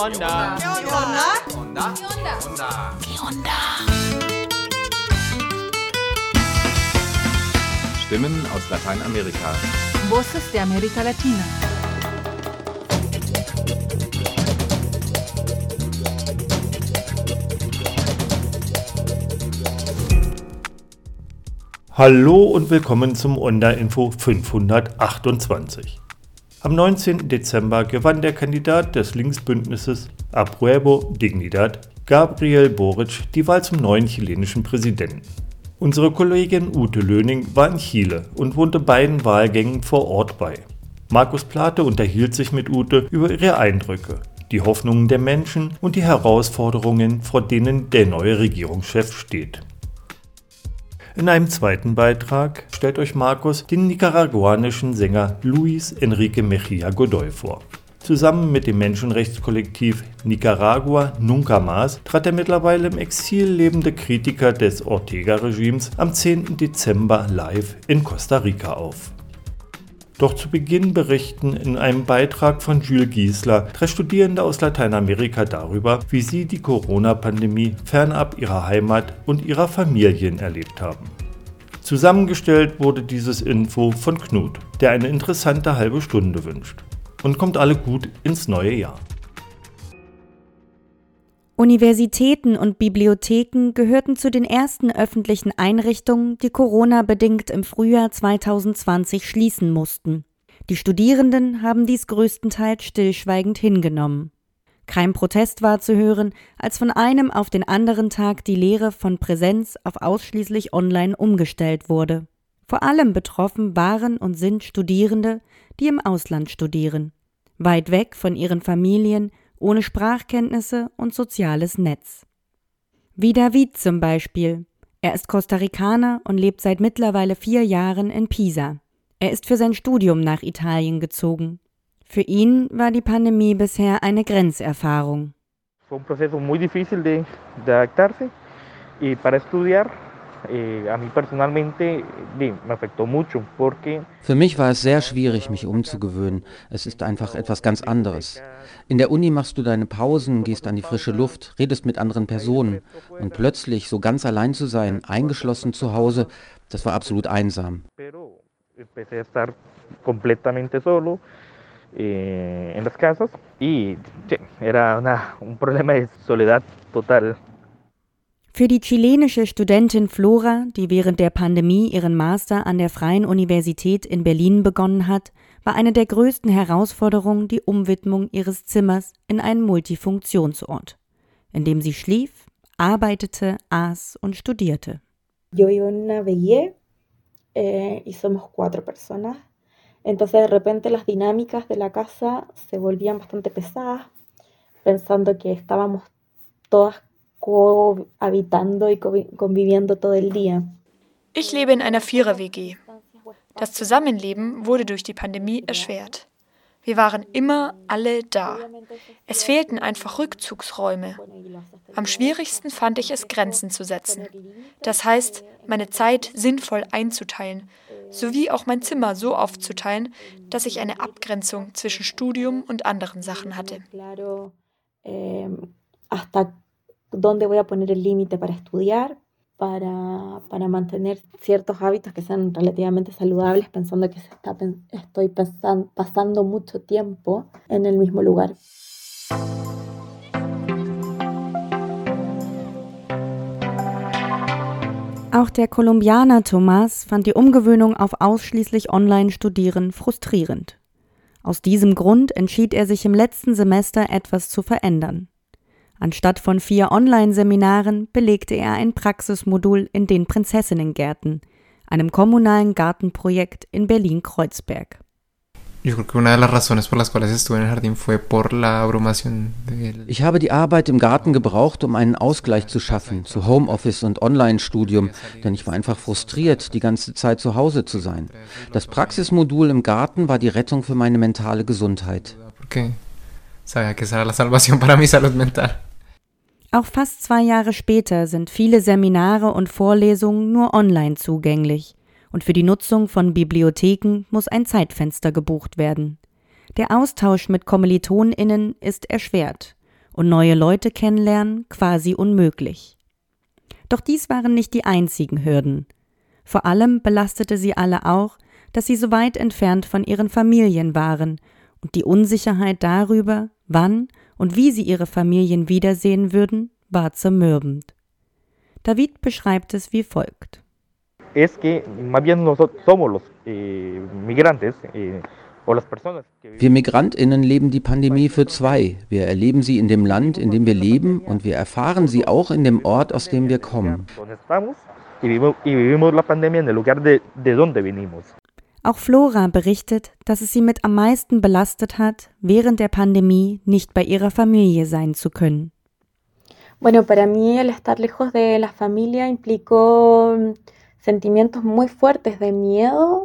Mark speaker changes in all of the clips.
Speaker 1: onda?
Speaker 2: ¿Qué onda?
Speaker 1: Onda? Onda?
Speaker 3: ¿Qué onda?
Speaker 4: Stimmen aus Lateinamerika.
Speaker 3: Voces de América Latina.
Speaker 5: Hallo und willkommen zum Onda-Info 528. Am 19. Dezember gewann der Kandidat des Linksbündnisses Apruebo Dignidad, Gabriel Boric, die Wahl zum neuen chilenischen Präsidenten. Unsere Kollegin Ute Löning war in Chile und wohnte beiden Wahlgängen vor Ort bei. Markus Plate unterhielt sich mit Ute über ihre Eindrücke, die Hoffnungen der Menschen und die Herausforderungen, vor denen der neue Regierungschef steht. In einem zweiten Beitrag stellt euch Markus den nicaraguanischen Sänger Luis Enrique Mejía Godoy vor. Zusammen mit dem Menschenrechtskollektiv Nicaragua Nunca Más trat der mittlerweile im Exil lebende Kritiker des Ortega-Regimes am 10. Dezember live in Costa Rica auf. Doch zu Beginn berichten in einem Beitrag von Jules Giesler 3 Studierende aus Lateinamerika darüber, wie sie die Corona-Pandemie fernab ihrer Heimat und ihrer Familien erlebt haben. Zusammengestellt wurde dieses Info von Knut, der eine interessante halbe Stunde wünscht. Und kommt alle gut ins neue Jahr.
Speaker 6: Universitäten und Bibliotheken gehörten zu den ersten öffentlichen Einrichtungen, die Corona-bedingt im Frühjahr 2020 schließen mussten. Die Studierenden haben dies größtenteils stillschweigend hingenommen. Kein Protest war zu hören, als von einem auf den anderen Tag die Lehre von Präsenz auf ausschließlich online umgestellt wurde. Vor allem betroffen waren und sind Studierende, die im Ausland studieren, weit weg von ihren Familien, ohne Sprachkenntnisse und soziales Netz. Wie David zum Beispiel. Er ist Costa Ricaner und lebt seit mittlerweile 4 Jahren in Pisa. Er ist für sein Studium nach Italien gezogen. Für ihn war die Pandemie bisher eine Grenzerfahrung.
Speaker 7: Fue un proceso muy difícil de adaptarse y para estudiar. A mí personalmente me afectó mucho porque
Speaker 8: Für mich war es sehr schwierig, mich umzugewöhnen. Es ist einfach etwas ganz anderes. In der Uni machst du deine Pausen, gehst an die frische Luft, redest mit anderen Personen. Und plötzlich so ganz allein zu sein, eingeschlossen zu Hause, das war absolut einsam.
Speaker 7: pero empecé a estar completamente solo en las casas y era un problema de soledad total.
Speaker 6: Für die chilenische Studentin Flora, die während der Pandemie ihren Master an der Freien Universität in Berlin begonnen hat, war eine der größten Herausforderungen die Umwidmung ihres Zimmers in einen Multifunktionsort, in dem sie schlief, arbeitete, aß und studierte.
Speaker 9: Yo vivo en una VIE y somos 4 personas. Entonces de repente las dinámicas de la casa se volvían bastante pesadas, pensando que estábamos todas cohabitando y conviviendo todo el día.
Speaker 10: Ich lebe in einer Vierer-WG. Das Zusammenleben wurde durch die Pandemie erschwert. Wir waren immer alle da. Es fehlten einfach Rückzugsräume. Am schwierigsten fand ich es, Grenzen zu setzen. Das heißt, meine Zeit sinnvoll einzuteilen, sowie auch mein Zimmer so aufzuteilen, dass ich eine Abgrenzung zwischen Studium und anderen Sachen hatte.
Speaker 9: Hasta dónde voy a poner el límite para estudiar, para mantener ciertos hábitos que sean relativamente saludables, pensando que estoy pasando mucho tiempo en el mismo lugar.
Speaker 6: Auch der Kolumbianer Tomás fand die Umgewöhnung auf ausschließlich Online-Studieren frustrierend. Aus diesem Grund entschied er sich im letzten Semester etwas zu verändern. Anstatt von 4 Online-Seminaren belegte er ein Praxismodul in den Prinzessinnengärten, einem kommunalen Gartenprojekt in Berlin-Kreuzberg.
Speaker 1: Yo creo que una de las razones por las cuales estuve en el jardín fue por la abrumación del...
Speaker 8: Ich habe die Arbeit im Garten gebraucht, um einen Ausgleich zu schaffen zu Homeoffice und Online-Studium, denn ich war einfach frustriert, die ganze Zeit zu Hause zu sein. Das Praxismodul im Garten war die Rettung für meine mentale Gesundheit.
Speaker 1: Porque sabía que esa era la salvación para mi salud mental.
Speaker 6: Auch fast 2 Jahre später sind viele Seminare und Vorlesungen nur online zugänglich. Und für die Nutzung von Bibliotheken muss ein Zeitfenster gebucht werden. Der Austausch mit KommilitonInnen ist erschwert. und neue Leute kennenlernen quasi unmöglich. Doch dies waren nicht die einzigen Hürden. Vor allem belastete sie alle auch, dass sie so weit entfernt von ihren Familien waren und die Unsicherheit darüber, wann und wie sie ihre Familien wiedersehen würden, war zermürbend. David beschreibt es wie folgt.
Speaker 7: Es que más bien nosotros somos los migrantes o las personas que
Speaker 8: Wir MigrantInnen leben die Pandemie für zwei. Wir erleben sie in dem Land, in dem wir leben, und wir erfahren sie auch in dem Ort, aus dem wir kommen.
Speaker 7: vivimos la pandemia en el lugar de donde venimos.
Speaker 6: Auch Flora berichtet, dass es sie mit am meisten belastet hat, während der Pandemie nicht bei ihrer Familie sein zu können.
Speaker 9: Bueno, para mí el estar lejos de la familia implicó sentimientos muy fuertes de miedo,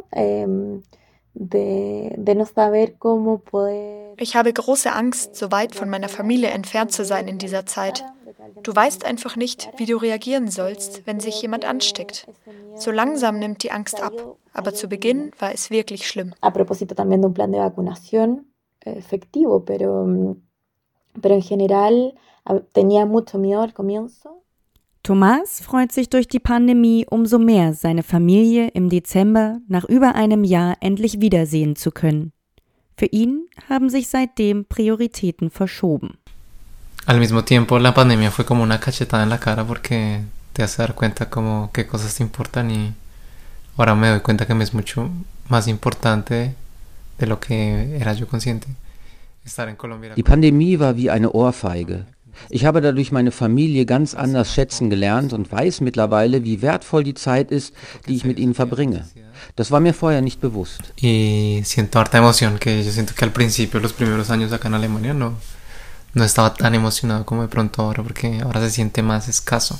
Speaker 9: de no saber cómo poder.
Speaker 10: Ich habe große Angst, so weit von meiner Familie entfernt zu sein in dieser Zeit. Du weißt einfach nicht, wie du reagieren sollst, wenn sich jemand ansteckt. So langsam nimmt die Angst ab, aber zu Beginn war es wirklich schlimm.
Speaker 9: A propósito también de un plan de vacunación efectivo, pero en general tenía mucho miedo al comienzo.
Speaker 6: Tomás freut sich durch die Pandemie umso mehr, seine Familie im Dezember nach über einem Jahr endlich wiedersehen zu können. Für ihn haben sich seitdem Prioritäten verschoben.
Speaker 1: Al mismo tiempo, la pandemia fue como una cachetada en la cara porque te hace dar cuenta como qué cosas te importan y ahora me doy cuenta que me es mucho más importante de lo que era yo consciente. Estar en Colombia.
Speaker 8: Die Pandemie war wie eine Ohrfeige. Ich habe dadurch meine Familie ganz anders schätzen gelernt und weiß mittlerweile, wie wertvoll die Zeit ist, die ich mit ihnen verbringe. Das war mir vorher nicht bewusst.
Speaker 1: Y siento harta emoción, que yo siento que al principio, los primeros años acá en Alemania, no estaba tan emocionado como de pronto ahora, porque ahora se siente más escaso.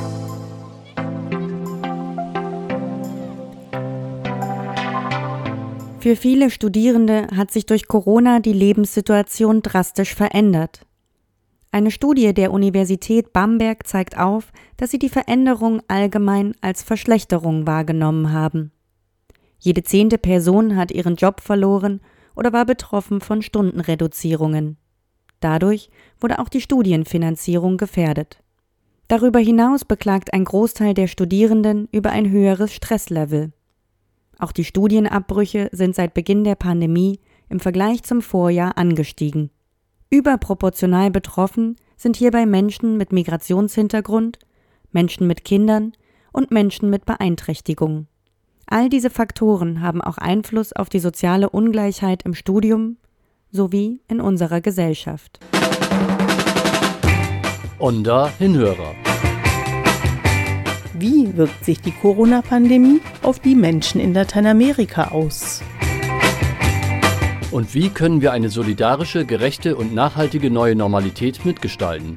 Speaker 6: Für viele Studierende hat sich durch Corona die Lebenssituation drastisch verändert. Eine Studie der Universität Bamberg zeigt auf, dass sie die Veränderung allgemein als Verschlechterung wahrgenommen haben. Jede 10. Person hat ihren Job verloren oder war betroffen von Stundenreduzierungen. Dadurch wurde auch die Studienfinanzierung gefährdet. Darüber hinaus beklagt ein Großteil der Studierenden über ein höheres Stresslevel. Auch die Studienabbrüche sind seit Beginn der Pandemie im Vergleich zum Vorjahr angestiegen. Überproportional betroffen sind hierbei Menschen mit Migrationshintergrund, Menschen mit Kindern und Menschen mit Beeinträchtigungen. All diese Faktoren haben auch Einfluss auf die soziale Ungleichheit im Studium sowie in unserer Gesellschaft.
Speaker 5: Onda Hinhörer.
Speaker 2: Wie wirkt sich die Corona-Pandemie auf die Menschen in Lateinamerika aus?
Speaker 5: Und wie können wir eine solidarische, gerechte und nachhaltige neue Normalität mitgestalten?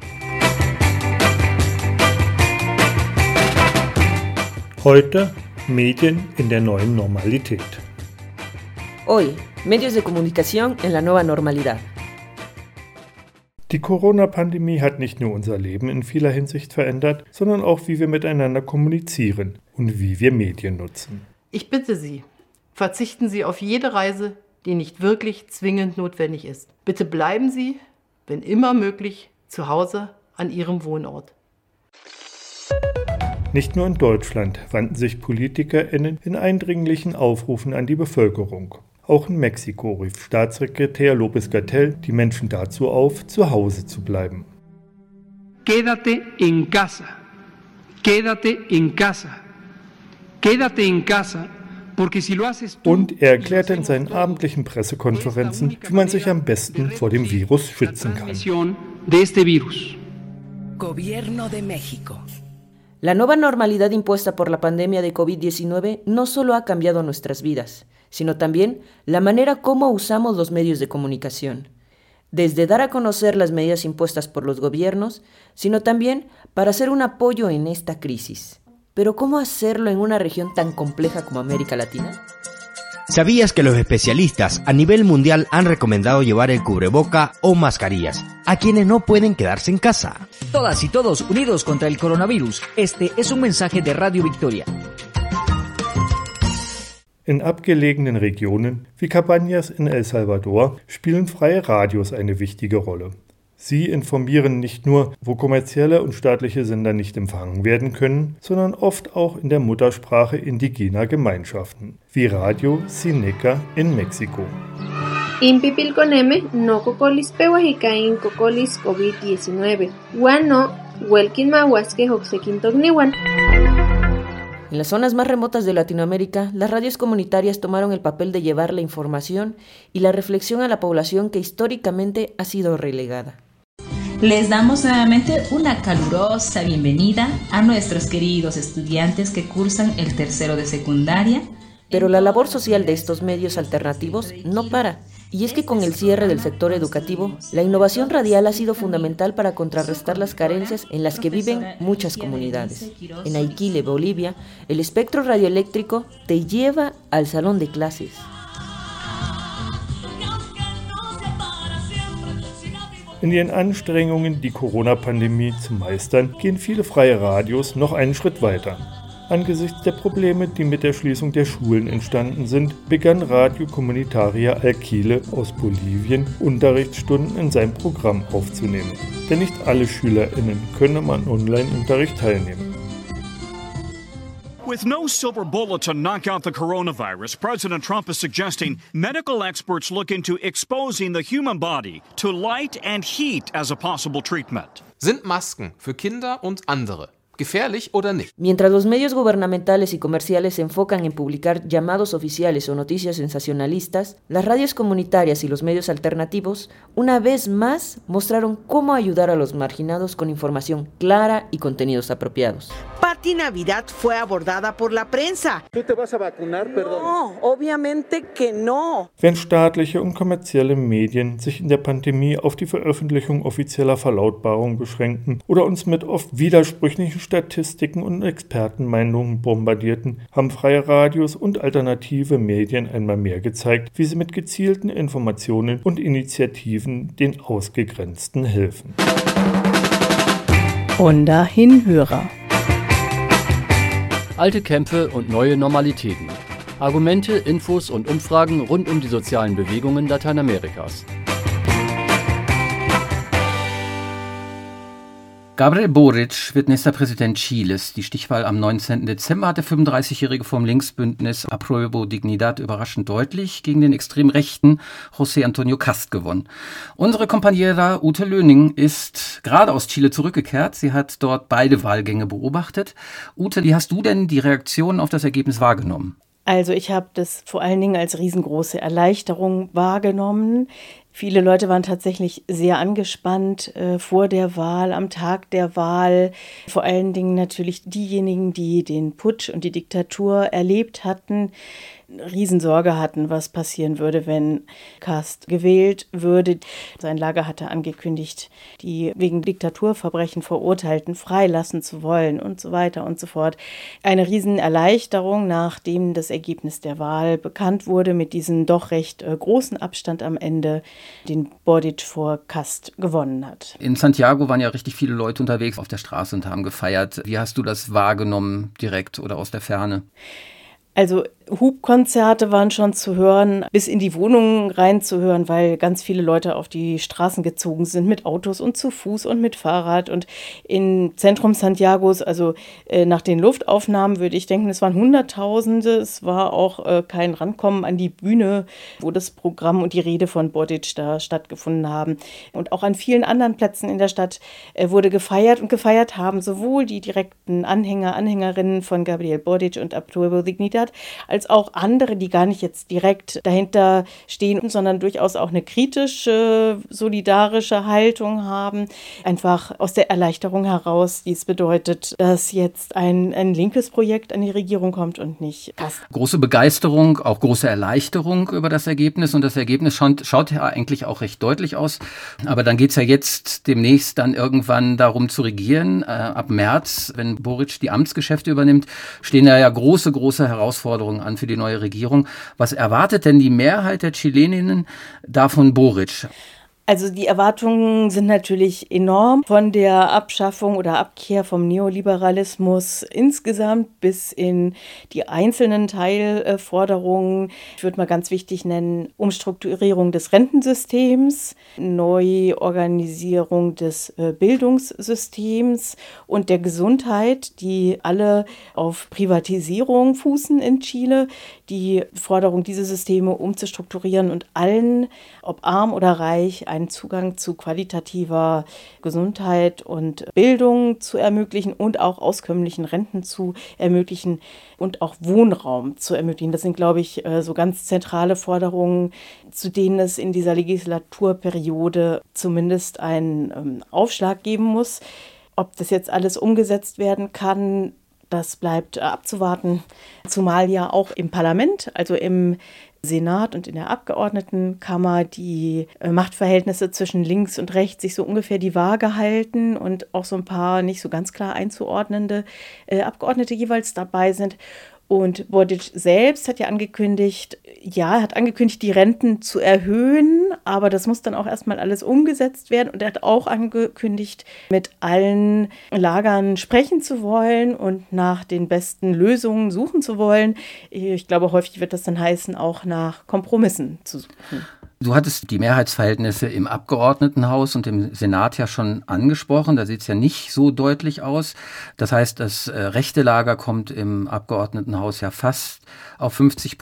Speaker 5: Heute Medien in der neuen Normalität.
Speaker 11: Hoy, medios de comunicación en la nueva normalidad.
Speaker 5: Die Corona-Pandemie hat nicht nur unser Leben in vieler Hinsicht verändert, sondern auch, wie wir miteinander kommunizieren und wie wir Medien nutzen.
Speaker 12: Ich bitte Sie, verzichten Sie auf jede Reise, die nicht wirklich zwingend notwendig ist. Bitte bleiben Sie, wenn immer möglich, zu Hause an Ihrem Wohnort.
Speaker 5: Nicht nur in Deutschland wandten sich PolitikerInnen in eindringlichen Aufrufen an die Bevölkerung. Auch in Mexiko rief Staatssekretär López-Gatell die Menschen dazu auf, zu Hause zu bleiben.
Speaker 13: Quédate en casa. Quédate en casa. Quédate en casa.
Speaker 5: Und er erklärte in seinen abendlichen Pressekonferenzen, wie man sich am besten vor dem Virus schützen kann.
Speaker 11: Gobierno de México. La nueva normalidad impuesta por la pandemia de COVID-19 no solo ha cambiado nuestras vidas, sino también la manera como usamos los medios de comunicación. Desde dar a conocer las medidas impuestas por los gobiernos, sino también para hacer un apoyo en esta crisis. Pero ¿cómo hacerlo en una región tan compleja como América Latina?
Speaker 14: ¿Sabías que los especialistas a nivel mundial han recomendado llevar el cubreboca o mascarillas a quienes no pueden quedarse en casa?
Speaker 15: Todas y todos unidos contra el coronavirus. Este es un mensaje de Radio Victoria.
Speaker 5: In abgelegenen Regionen wie Cabañas in El Salvador spielen freie Radios eine wichtige Rolle. Sie informieren nicht nur, wo kommerzielle und staatliche Sender nicht empfangen werden können, sondern oft auch in der Muttersprache indigener Gemeinschaften, wie Radio Sineca in Mexiko.
Speaker 16: In Pipilconeme no cocolis pehuajicain cocolis COVID-19, guano, huelquin mahuasque hoxequintogniwan.
Speaker 11: En las zonas más remotas de Latinoamérica, las radios comunitarias tomaron el papel de llevar la información y la reflexión a la población que históricamente ha sido relegada.
Speaker 17: Les damos nuevamente una calurosa bienvenida a nuestros queridos estudiantes que cursan el tercero de secundaria.
Speaker 11: Pero la labor social de estos medios alternativos no para. Y es que con el cierre del sector educativo, la innovación radial ha sido fundamental para contrarrestar las carencias en las que viven muchas comunidades. En Aiquile, Bolivia, el espectro radioeléctrico te lleva al salón de clases.
Speaker 5: In ihren Anstrengungen, die Corona-Pandemie zu meistern, gehen viele freie Radios noch einen Schritt weiter. Angesichts der Probleme, die mit der Schließung der Schulen entstanden sind, begann Radio Comunitaria Alquile aus Bolivien, Unterrichtsstunden in sein Programm aufzunehmen. Denn nicht alle SchülerInnen können am Online-Unterricht teilnehmen.
Speaker 18: With no silver bullet to knock out the coronavirus, President Trump is suggesting medical experts look into exposing the human body to light and heat as a possible treatment.
Speaker 19: Sind Masken für Kinder und andere gefährlich oder nicht?
Speaker 11: Mientras los medios gubernamentales y comerciales se enfocan en publicar llamados oficiales o noticias sensacionalistas, las radios comunitarias y los medios alternativos, una vez más, mostraron cómo ayudar a los marginados con información clara y contenidos apropiados.
Speaker 20: Pati Navidad fue abordada por la prensa.
Speaker 21: ¿Tú te vas a vacunar, perdón?
Speaker 20: No, obviamente que no.
Speaker 5: Wenn staatliche und kommerzielle Medien sich in der Pandemie auf die Veröffentlichung offizieller Verlautbarungen beschränken oder uns mit oft widersprüchlichen Statistiken und Expertenmeinungen bombardierten, haben freie Radios und alternative Medien einmal mehr gezeigt, wie sie mit gezielten Informationen und Initiativen den Ausgegrenzten helfen.
Speaker 2: Onda Hinhörer.
Speaker 22: Alte Kämpfe und neue Normalitäten. Argumente, Infos und Umfragen rund um die sozialen Bewegungen Lateinamerikas. Gabriel Boric wird nächster Präsident Chiles. Die Stichwahl am 19. Dezember hat der 35-Jährige vom Linksbündnis Apruebo Dignidad überraschend deutlich gegen den extrem rechten José Antonio Cast gewonnen. Unsere Compañera Ute Löning ist gerade aus Chile zurückgekehrt. Sie hat dort beide Wahlgänge beobachtet. Ute, wie hast du denn die Reaktionen auf das Ergebnis wahrgenommen?
Speaker 2: Also ich habe das vor allen Dingen als riesengroße Erleichterung wahrgenommen. Viele Leute waren tatsächlich sehr angespannt vor der Wahl, am Tag der Wahl. Vor allen Dingen natürlich diejenigen, die den Putsch und die Diktatur erlebt hatten, Riesensorge hatten, was passieren würde, wenn Cast gewählt würde. Sein Lager hatte angekündigt, die wegen Diktaturverbrechen Verurteilten freilassen zu wollen und so weiter und so fort. Eine Riesenerleichterung, nachdem das Ergebnis der Wahl bekannt wurde, mit diesem doch recht großen Abstand am Ende, den Boric vor Cast gewonnen hat.
Speaker 22: In Santiago waren ja richtig viele Leute unterwegs auf der Straße und haben gefeiert. Wie hast du das wahrgenommen, direkt oder aus der Ferne?
Speaker 2: Also Hubkonzerte waren schon zu hören, bis in die Wohnungen reinzuhören, weil ganz viele Leute auf die Straßen gezogen sind mit Autos und zu Fuß und mit Fahrrad. Und im Zentrum Santiagos, also nach den Luftaufnahmen würde ich denken, es waren Hunderttausende. Es war auch kein Rankommen an die Bühne, wo das Programm und die Rede von Boric da stattgefunden haben. Und auch an vielen anderen Plätzen in der Stadt wurde gefeiert und gefeiert haben sowohl die direkten Anhänger, Anhängerinnen von Gabriel Boric und Apruebo Dignidad, als auch andere, die gar nicht jetzt direkt dahinter stehen, sondern durchaus auch eine kritische, solidarische Haltung haben. Einfach aus der Erleichterung heraus, die es bedeutet, dass jetzt ein linkes Projekt an die Regierung kommt und nicht Cast.
Speaker 22: Große Begeisterung, auch große Erleichterung über das Ergebnis. Und das Ergebnis schaut ja eigentlich auch recht deutlich aus. Aber dann geht es ja jetzt demnächst dann irgendwann darum zu regieren. Ab März, wenn Boric die Amtsgeschäfte übernimmt, stehen ja große Herausforderungen an für die neue Regierung. Was erwartet denn die Mehrheit der Chileninnen da von Boric?
Speaker 2: Also die Erwartungen sind natürlich enorm von der Abschaffung oder Abkehr vom Neoliberalismus insgesamt bis in die einzelnen Teilforderungen. Ich würde mal ganz wichtig nennen, Umstrukturierung des Rentensystems, Neuorganisierung des Bildungssystems und der Gesundheit, die alle auf Privatisierung fußen in Chile. Die Forderung, diese Systeme umzustrukturieren und allen, ob arm oder reich, einen Zugang zu qualitativer Gesundheit und Bildung zu ermöglichen und auch auskömmlichen Renten zu ermöglichen und auch Wohnraum zu ermöglichen. Das sind, glaube ich, so ganz zentrale Forderungen, zu denen es in dieser Legislaturperiode zumindest einen Aufschlag geben muss. Ob das jetzt alles umgesetzt werden kann, das bleibt abzuwarten, zumal ja auch im Parlament, also im Senat und in der Abgeordnetenkammer die Machtverhältnisse zwischen links und rechts sich so ungefähr die Waage halten und auch so ein paar nicht so ganz klar einzuordnende Abgeordnete jeweils dabei sind. Und Boric selbst hat ja angekündigt, die Renten zu erhöhen, aber das muss dann auch erstmal alles umgesetzt werden. Und er hat auch angekündigt, mit allen Lagern sprechen zu wollen und nach den besten Lösungen suchen zu wollen. Ich glaube, häufig wird das dann heißen, auch nach Kompromissen zu suchen.
Speaker 22: Du hattest die Mehrheitsverhältnisse im Abgeordnetenhaus und im Senat ja schon angesprochen. Da sieht es ja nicht so deutlich aus. Das heißt, das rechte Lager kommt im Abgeordnetenhaus ja fast auf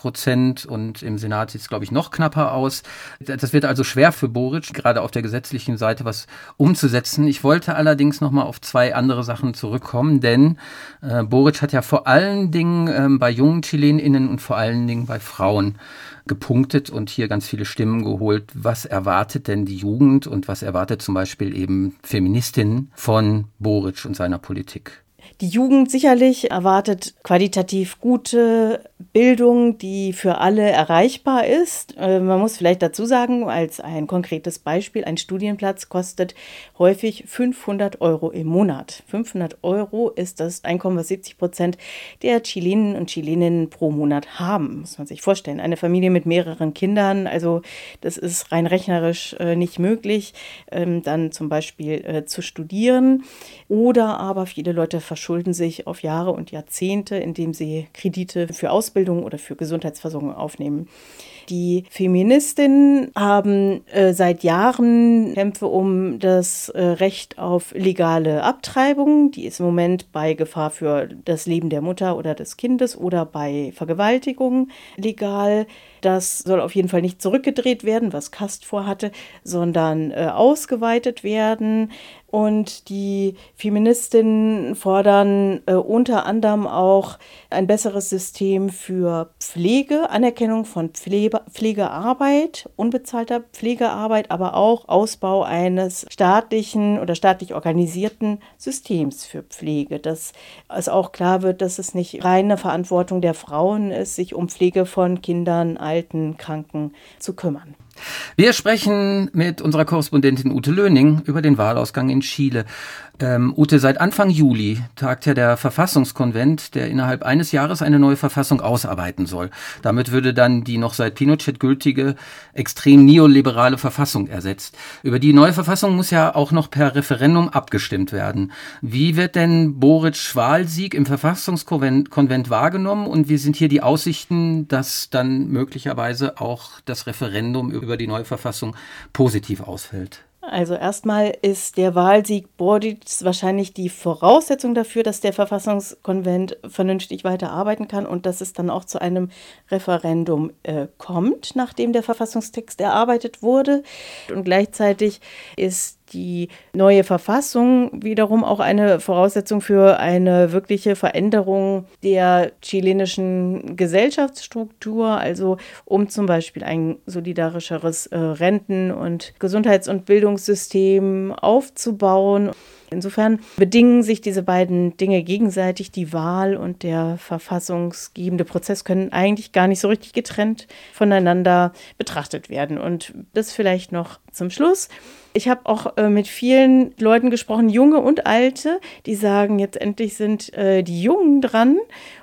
Speaker 22: 50% und im Senat sieht es, glaube ich, noch knapper aus. Das wird also schwer für Boric, gerade auf der gesetzlichen Seite was umzusetzen. Ich wollte allerdings noch mal auf zwei andere Sachen zurückkommen, denn Boric hat ja vor allen Dingen bei jungen ChilenInnen und vor allen Dingen bei Frauen gepunktet und hier ganz viele Stimmen geholt. Was erwartet denn die Jugend und was erwartet zum Beispiel eben Feministinnen von Boric und seiner Politik?
Speaker 2: Die Jugend sicherlich erwartet qualitativ gute Bildung, die für alle erreichbar ist. Man muss vielleicht dazu sagen, als ein konkretes Beispiel, ein Studienplatz kostet häufig 500 € im Monat. 500 € ist das Einkommen, was 70% der Chilenen und Chileninnen pro Monat haben, muss man sich vorstellen. Eine Familie mit mehreren Kindern, also das ist rein rechnerisch nicht möglich, dann zum Beispiel zu studieren. Oder aber viele Leute verschulden sich auf Jahre und Jahrzehnte, indem sie Kredite für Ausbildung oder für Gesundheitsversorgung aufnehmen. Die Feministinnen haben seit Jahren Kämpfe um das Recht auf legale Abtreibung. Die ist im Moment bei Gefahr für das Leben der Mutter oder des Kindes oder bei Vergewaltigung legal. Das soll auf jeden Fall nicht zurückgedreht werden, was Kast vorhatte, sondern ausgeweitet werden. Und die Feministinnen fordern unter anderem auch ein besseres System für Pflege, Anerkennung von Pflegearbeit, unbezahlter Pflegearbeit, aber auch Ausbau eines staatlichen oder staatlich organisierten Systems für Pflege, dass es auch klar wird, dass es nicht reine Verantwortung der Frauen ist, sich um Pflege von Kindern, Alten, Kranken zu kümmern.
Speaker 22: Wir sprechen mit unserer Korrespondentin Ute Löning über den Wahlausgang in Chile. Ute, seit Anfang Juli tagt ja der Verfassungskonvent, der innerhalb eines Jahres eine neue Verfassung ausarbeiten soll. Damit würde dann die noch seit Pinochet gültige, extrem neoliberale Verfassung ersetzt. Über die neue Verfassung muss ja auch noch per Referendum abgestimmt werden. Wie wird denn Borics Wahlsieg im Verfassungskonvent wahrgenommen und wie sind hier die Aussichten, dass dann möglicherweise auch das Referendum über die neue Verfassung positiv ausfällt?
Speaker 2: Also erstmal ist der Wahlsieg Borics wahrscheinlich die Voraussetzung dafür, dass der Verfassungskonvent vernünftig weiterarbeiten kann und dass es dann auch zu einem Referendum kommt, nachdem der Verfassungstext erarbeitet wurde. Und gleichzeitig ist die neue Verfassung wiederum auch eine Voraussetzung für eine wirkliche Veränderung der chilenischen Gesellschaftsstruktur, also um zum Beispiel ein solidarischeres Renten- und Gesundheits- und Bildungssystem aufzubauen. Insofern bedingen sich diese beiden Dinge gegenseitig. Die Wahl und der verfassungsgebende Prozess können eigentlich gar nicht so richtig getrennt voneinander betrachtet werden. Und das vielleicht noch zum Schluss. Ich habe auch mit vielen Leuten gesprochen, junge und alte, die sagen, jetzt endlich sind die Jungen dran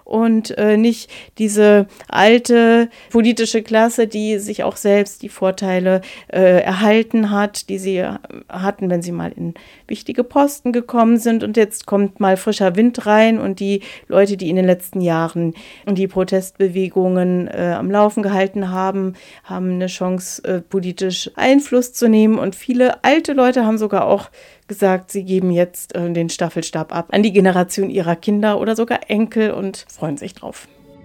Speaker 2: und nicht diese alte politische Klasse, die sich auch selbst die Vorteile erhalten hat, die sie hatten, wenn sie mal in wichtige Posten gekommen sind. Und jetzt kommt mal frischer Wind rein und die Leute, die in den letzten Jahren die Protestbewegungen am Laufen gehalten haben, haben eine Chance, politisch Einfluss zu nehmen. Und viele alte Leute haben sogar auch gesagt, sie geben jetzt den Staffelstab ab an die Generation ihrer Kinder oder sogar Enkel und freuen sich drauf.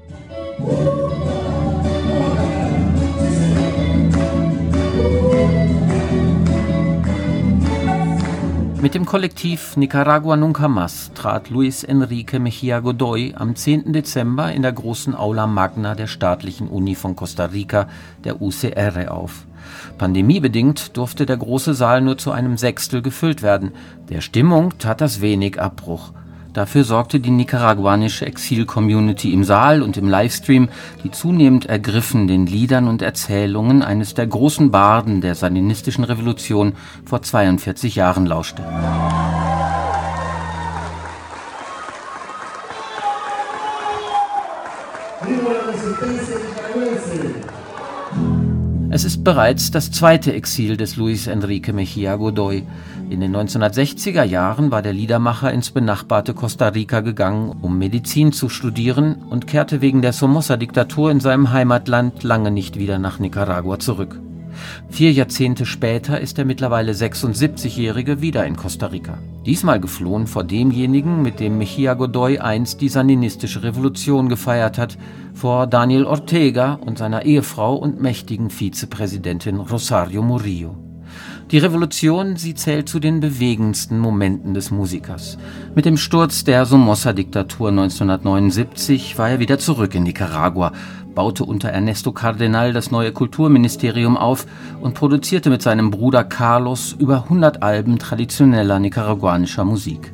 Speaker 22: Mit dem Kollektiv Nicaragua Nunca Más trat Luis Enrique Mejía Godoy am 10. Dezember in der großen Aula Magna der staatlichen Uni von Costa Rica, der UCR, auf. Pandemiebedingt durfte der große Saal nur zu einem Sechstel gefüllt werden. Der Stimmung tat das wenig Abbruch. Dafür sorgte die nicaraguanische Exil-Community im Saal und im Livestream, die zunehmend ergriffen den Liedern und Erzählungen eines der großen Barden der sandinistischen Revolution vor 42 Jahren lauschte. Es ist bereits das zweite Exil des Luis Enrique Mejía Godoy. In den 1960er Jahren war der Liedermacher ins benachbarte Costa Rica gegangen, um Medizin zu studieren, und kehrte wegen der Somoza-Diktatur in seinem Heimatland lange nicht wieder nach Nicaragua zurück. 4 Jahrzehnte später ist der mittlerweile 76-Jährige wieder in Costa Rica. Diesmal geflohen vor demjenigen, mit dem Mejía Godoy einst die sandinistische Revolution gefeiert hat, vor Daniel Ortega und seiner Ehefrau und mächtigen Vizepräsidentin Rosario Murillo. Die Revolution, sie zählt zu den bewegendsten Momenten des Musikers. Mit dem Sturz der Somoza-Diktatur 1979 war er wieder zurück in Nicaragua, baute unter Ernesto Cardenal das neue Kulturministerium auf und produzierte mit seinem Bruder Carlos über 100 Alben traditioneller nicaraguanischer Musik.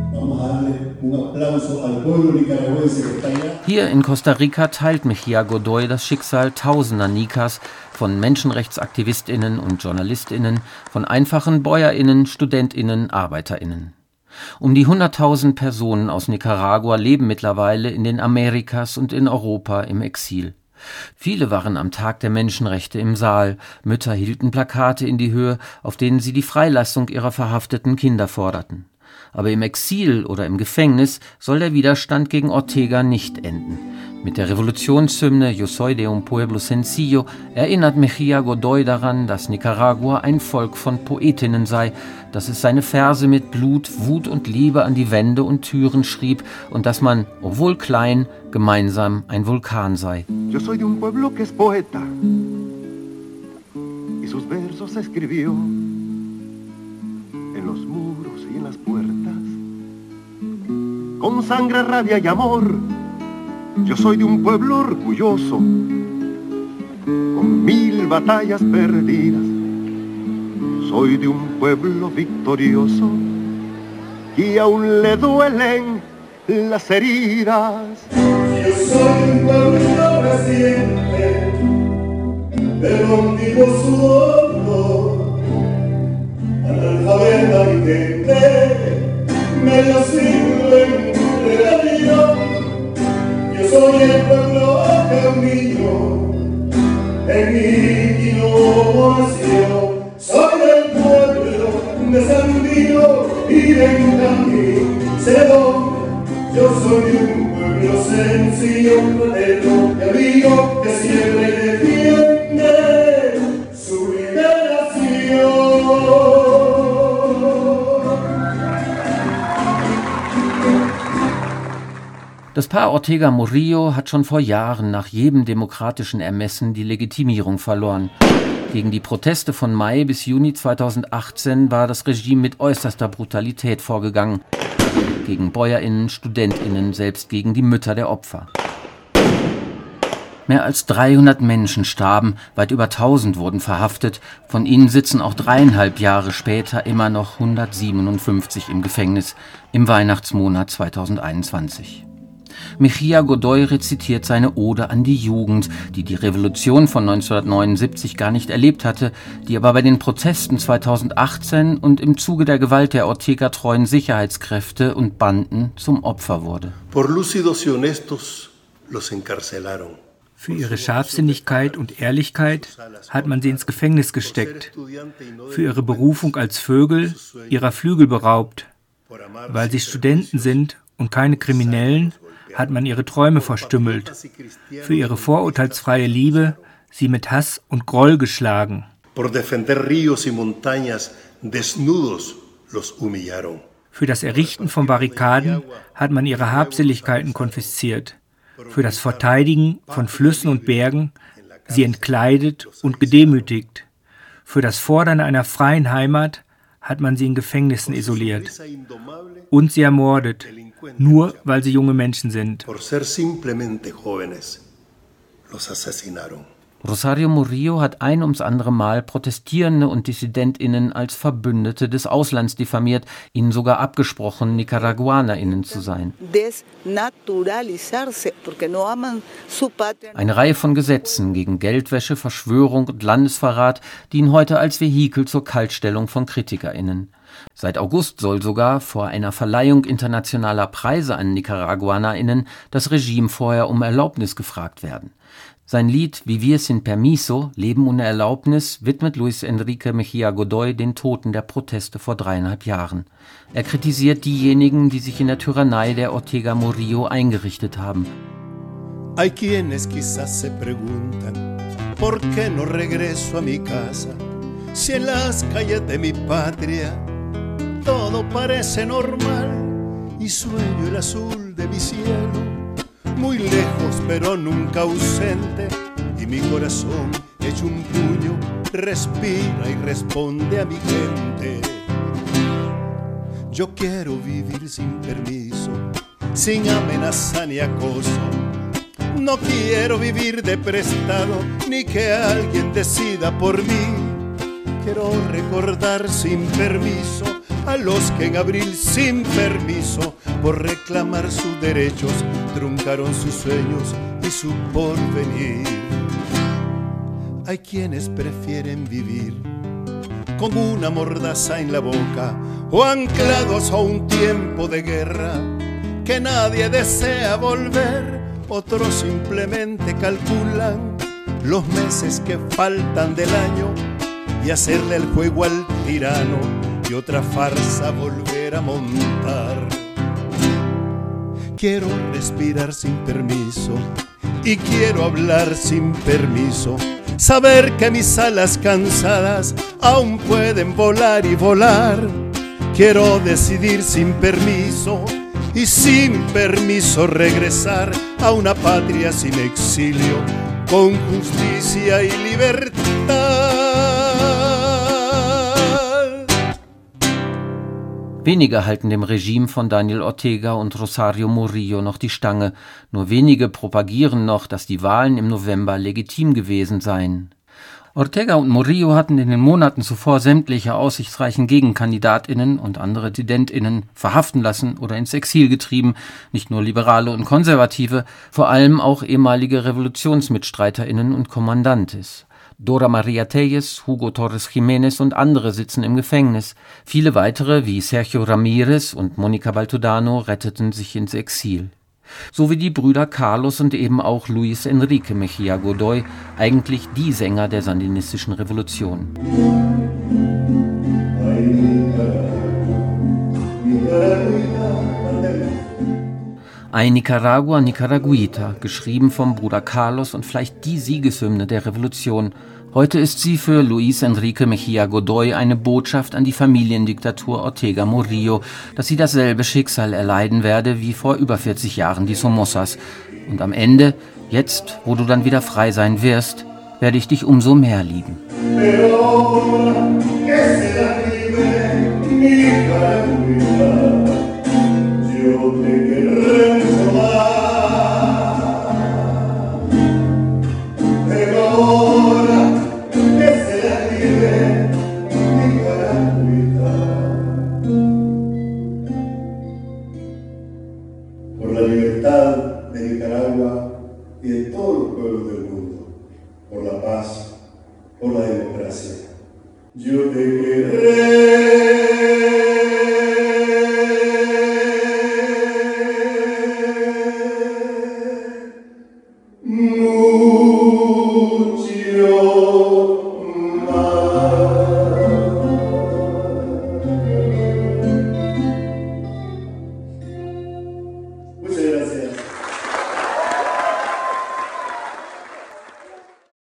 Speaker 22: Hier in Costa Rica teilt Mejía Godoy das Schicksal tausender Nicas, von MenschenrechtsaktivistInnen und JournalistInnen, von einfachen BäuerInnen, StudentInnen, ArbeiterInnen. Um die 100.000 Personen aus Nicaragua leben mittlerweile in den Amerikas und in Europa im Exil. Viele waren am Tag der Menschenrechte im Saal. Mütter hielten Plakate in die Höhe, auf denen sie die Freilassung ihrer verhafteten Kinder forderten. Aber im Exil oder im Gefängnis soll der Widerstand gegen Ortega nicht enden. Mit der Revolutionshymne Yo soy de un pueblo sencillo erinnert Mejía Godoy daran, dass Nicaragua ein Volk von Poetinnen sei, dass es seine Verse mit Blut, Wut und Liebe an die Wände und Türen schrieb und dass man, obwohl klein, gemeinsam ein Vulkan sei.
Speaker 4: Yo soy de un pueblo que es poeta y sus versos escribió en los muros y en las puertas con sangre, rabia y amor. Yo soy de un pueblo orgulloso, con 1000 batallas perdidas. Soy de un pueblo victorioso y aún le duelen las heridas.
Speaker 21: Yo soy un pueblo reciente, del antiguo suelo, analfabeta y gente, medio siglo entre la vida. Yo soy el pueblo camino, en mi innovación. Soy del pueblo de Sandino y de Encamicedón. Yo soy de un pueblo sencillo, fraterno y amigo, que siempre defiende su liberación.
Speaker 22: Das Paar Ortega Murillo hat schon vor Jahren nach jedem demokratischen Ermessen die Legitimierung verloren. Gegen die Proteste von Mai bis Juni 2018 war das Regime mit äußerster Brutalität vorgegangen. Gegen BäuerInnen, StudentInnen, selbst gegen die Mütter der Opfer. Mehr als 300 Menschen starben, weit über 1000 wurden verhaftet. Von ihnen sitzen auch 3,5 Jahre später immer noch 157 im Gefängnis, im Weihnachtsmonat 2021. Mejía Godoy rezitiert seine Ode an die Jugend, die die Revolution von 1979 gar nicht erlebt hatte, die aber bei den Protesten 2018 und im Zuge der Gewalt der Ortega-treuen Sicherheitskräfte und Banden zum Opfer wurde.
Speaker 3: Por lúcidos y honestos los encarcelaron.
Speaker 7: Für ihre Scharfsinnigkeit und Ehrlichkeit hat man sie ins Gefängnis gesteckt, für ihre Berufung als Vögel ihrer Flügel beraubt. Weil sie Studenten sind und keine Kriminellen, hat man ihre Träume verstümmelt, für ihre vorurteilsfreie Liebe sie mit Hass und Groll geschlagen.
Speaker 3: Por defender ríos y montañas desnudos los humillaron.
Speaker 7: Für das Errichten von Barrikaden hat man ihre Habseligkeiten konfisziert. Für das Verteidigen von Flüssen und Bergen sie entkleidet und gedemütigt. Für das Fordern einer freien Heimat hat man sie in Gefängnissen isoliert und sie ermordet, nur weil sie junge Menschen sind.
Speaker 3: Por ser simplemente jóvenes, los asesinaron.
Speaker 22: Rosario Murillo hat ein ums andere Mal Protestierende und DissidentInnen als Verbündete des Auslands diffamiert, ihnen sogar abgesprochen, NicaraguanerInnen zu sein. Eine Reihe von Gesetzen gegen Geldwäsche, Verschwörung und Landesverrat dienen heute als Vehikel zur Kaltstellung von KritikerInnen. Seit August soll sogar vor einer Verleihung internationaler Preise an NicaraguanerInnen das Regime vorher um Erlaubnis gefragt werden. Sein Lied Vivir sin Permiso, Leben ohne Erlaubnis, widmet Luis Enrique Mejía Godoy den Toten der Proteste vor 3,5 Jahren. Er kritisiert diejenigen, die sich in der Tyrannei der Ortega Murillo eingerichtet haben.
Speaker 21: Hay quienes quizás se preguntan, ¿por qué no regreso a mi casa? Si en las calles de mi patria todo parece normal y sueño el azul de mi cielo. Muy lejos pero nunca ausente y mi corazón hecho un puño respira y responde a mi gente. Yo quiero vivir sin permiso, sin amenaza ni acoso. No quiero vivir de prestado ni que alguien decida por mí. Quiero recordar sin permiso a los que en abril sin permiso por reclamar sus derechos truncaron sus sueños y su porvenir. Hay quienes prefieren vivir con una mordaza en la boca o anclados a un tiempo de guerra que nadie desea volver. Otros simplemente calculan los meses que faltan del año y hacerle el juego al tirano y otra farsa volver a montar. Quiero respirar sin permiso y quiero hablar sin permiso. Saber que mis alas cansadas aún pueden volar y volar. Quiero decidir sin permiso y sin permiso regresar a una patria sin exilio, con justicia y libertad.
Speaker 22: Wenige halten dem Regime von Daniel Ortega und Rosario Murillo noch die Stange. Nur wenige propagieren noch, dass die Wahlen im November legitim gewesen seien. Ortega und Murillo hatten in den Monaten zuvor sämtliche aussichtsreichen GegenkandidatInnen und andere DissidentInnen verhaften lassen oder ins Exil getrieben, nicht nur Liberale und Konservative, vor allem auch ehemalige RevolutionsmitstreiterInnen und Kommandantes. Dora Maria Telles, Hugo Torres Jiménez und andere sitzen im Gefängnis. Viele weitere, wie Sergio Ramírez und Mónica Baltodano, retteten sich ins Exil. So wie die Brüder Carlos und eben auch Luis Enrique Mejía Godoy, eigentlich die Sänger der sandinistischen Revolution. Ay Nicaragua, Nicaraguita, geschrieben vom Bruder Carlos und vielleicht die Siegeshymne der Revolution. Heute ist sie für Luis Enrique Mejía Godoy eine Botschaft an die Familiendiktatur Ortega Murillo, dass sie dasselbe Schicksal erleiden werde wie vor über 40 Jahren die Somozas. Und am Ende, jetzt, wo du dann wieder frei sein wirst, werde ich dich umso mehr lieben.
Speaker 21: Pero ahora que se la vive Nicaragua.